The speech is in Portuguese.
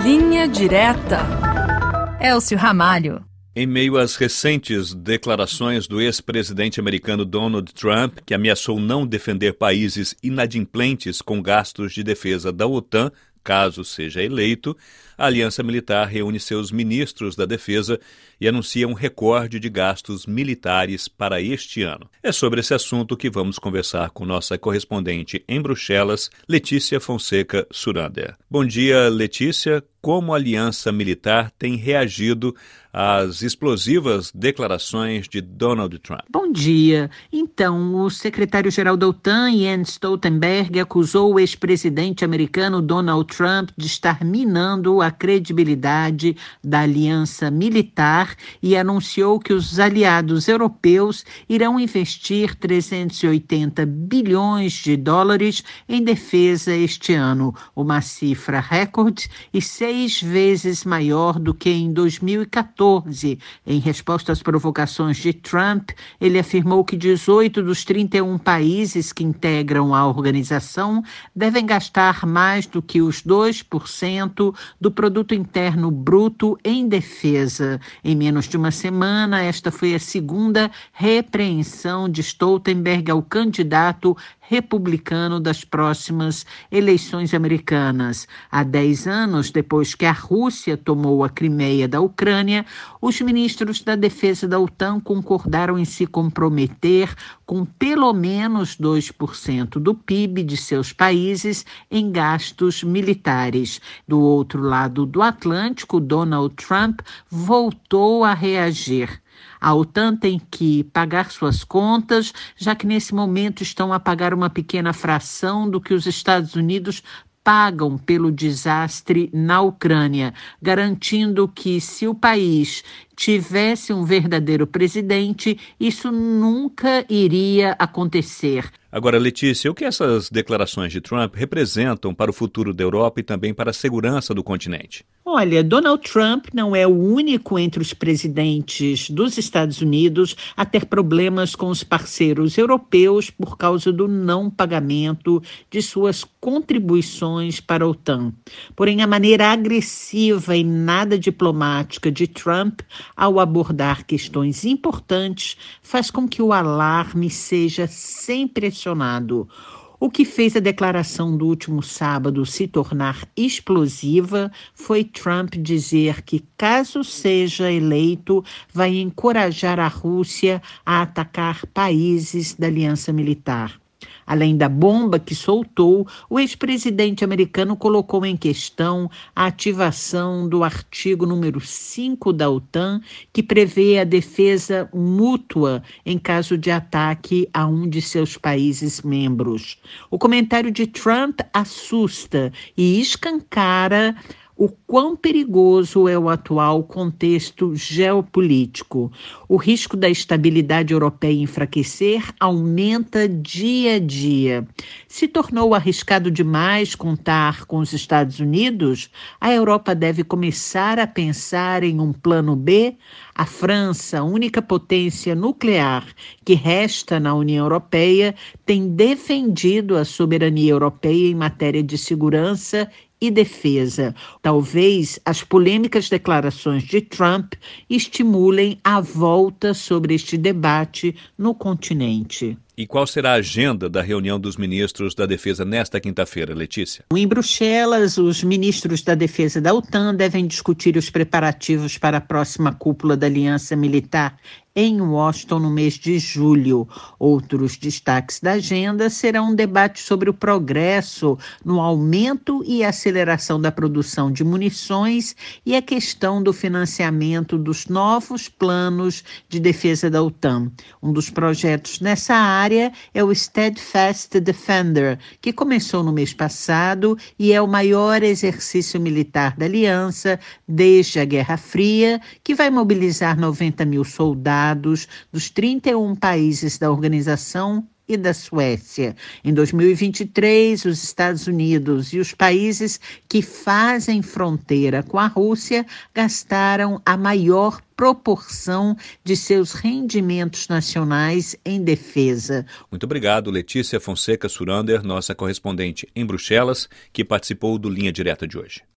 Linha Direta. Elcio Ramalho. Em meio às recentes declarações do ex-presidente americano Donald Trump, que ameaçou não defender países inadimplentes com gastos de defesa da OTAN, caso seja eleito, a Aliança Militar reúne seus ministros da Defesa e anuncia um recorde de gastos militares para este ano. É sobre esse assunto que vamos conversar com nossa correspondente em Bruxelas, Letícia Fonseca Surander. Bom dia, Letícia. Como a Aliança Militar tem reagido às explosivas declarações de Donald Trump? Bom dia. Então, o secretário-geral da OTAN, Jens Stoltenberg, acusou o ex-presidente americano Donald Trump de estar minando a credibilidade da Aliança Militar e anunciou que os aliados europeus irão investir 380 bilhões de dólares em defesa este ano, uma cifra recorde e 6 vezes maior do que em 2014. Em resposta às provocações de Trump, ele afirmou que 18 dos 31 países que integram a organização devem gastar mais do que os 2% do produto interno bruto em defesa. Em menos de uma semana, esta foi a segunda repreensão de Stoltenberg ao candidato republicano das próximas eleições americanas. Há 10 anos, depois que a Rússia tomou a Crimeia da Ucrânia, os ministros da Defesa da OTAN concordaram em se comprometer com pelo menos 2% do PIB de seus países em gastos militares. Do outro lado do Atlântico, Donald Trump voltou a reagir. A OTAN tem que pagar suas contas, já que nesse momento estão a pagar uma pequena fração do que os Estados Unidos pagam pelo desastre na Ucrânia, garantindo que, se o país tivesse um verdadeiro presidente, isso nunca iria acontecer. Agora, Letícia, o que essas declarações de Trump representam para o futuro da Europa e também para a segurança do continente? Olha, Donald Trump não é o único entre os presidentes dos Estados Unidos a ter problemas com os parceiros europeus por causa do não pagamento de suas contribuições para a OTAN. Porém, a maneira agressiva e nada diplomática de Trump ao abordar questões importantes faz com que o alarme seja sempre acionado. O que fez a declaração do último sábado se tornar explosiva foi Trump dizer que, caso seja eleito, vai encorajar a Rússia a atacar países da Aliança Militar. Além da bomba que soltou, o ex-presidente americano colocou em questão a ativação do artigo número 5 da OTAN, que prevê a defesa mútua em caso de ataque a um de seus países membros. O comentário de Trump assusta e escancara o quão perigoso é o atual contexto geopolítico. O risco da estabilidade europeia enfraquecer aumenta dia a dia. Se tornou arriscado demais contar com os Estados Unidos, a Europa deve começar a pensar em um plano B. A França, única potência nuclear que resta na União Europeia, tem defendido a soberania europeia em matéria de segurança e defesa. Talvez as polêmicas declarações de Trump estimulem a volta sobre este debate no continente. E qual será a agenda da reunião dos ministros da Defesa nesta quinta-feira, Letícia? Em Bruxelas, os ministros da Defesa da OTAN devem discutir os preparativos para a próxima cúpula da Aliança Militar em Washington no mês de julho. Outros destaques da agenda serão um debate sobre o progresso no aumento e aceleração da produção de munições e a questão do financiamento dos novos planos de defesa da OTAN. Um dos projetos nessa área é o Steadfast Defender, que começou no mês passado e é o maior exercício militar da aliança desde a Guerra Fria, que vai mobilizar 90 mil soldados dos 31 países da organização e da Suécia. Em 2023, os Estados Unidos e os países que fazem fronteira com a Rússia gastaram a maior proporção de seus rendimentos nacionais em defesa. Muito obrigado, Letícia Fonseca Surander, nossa correspondente em Bruxelas, que participou do Linha Direta de hoje.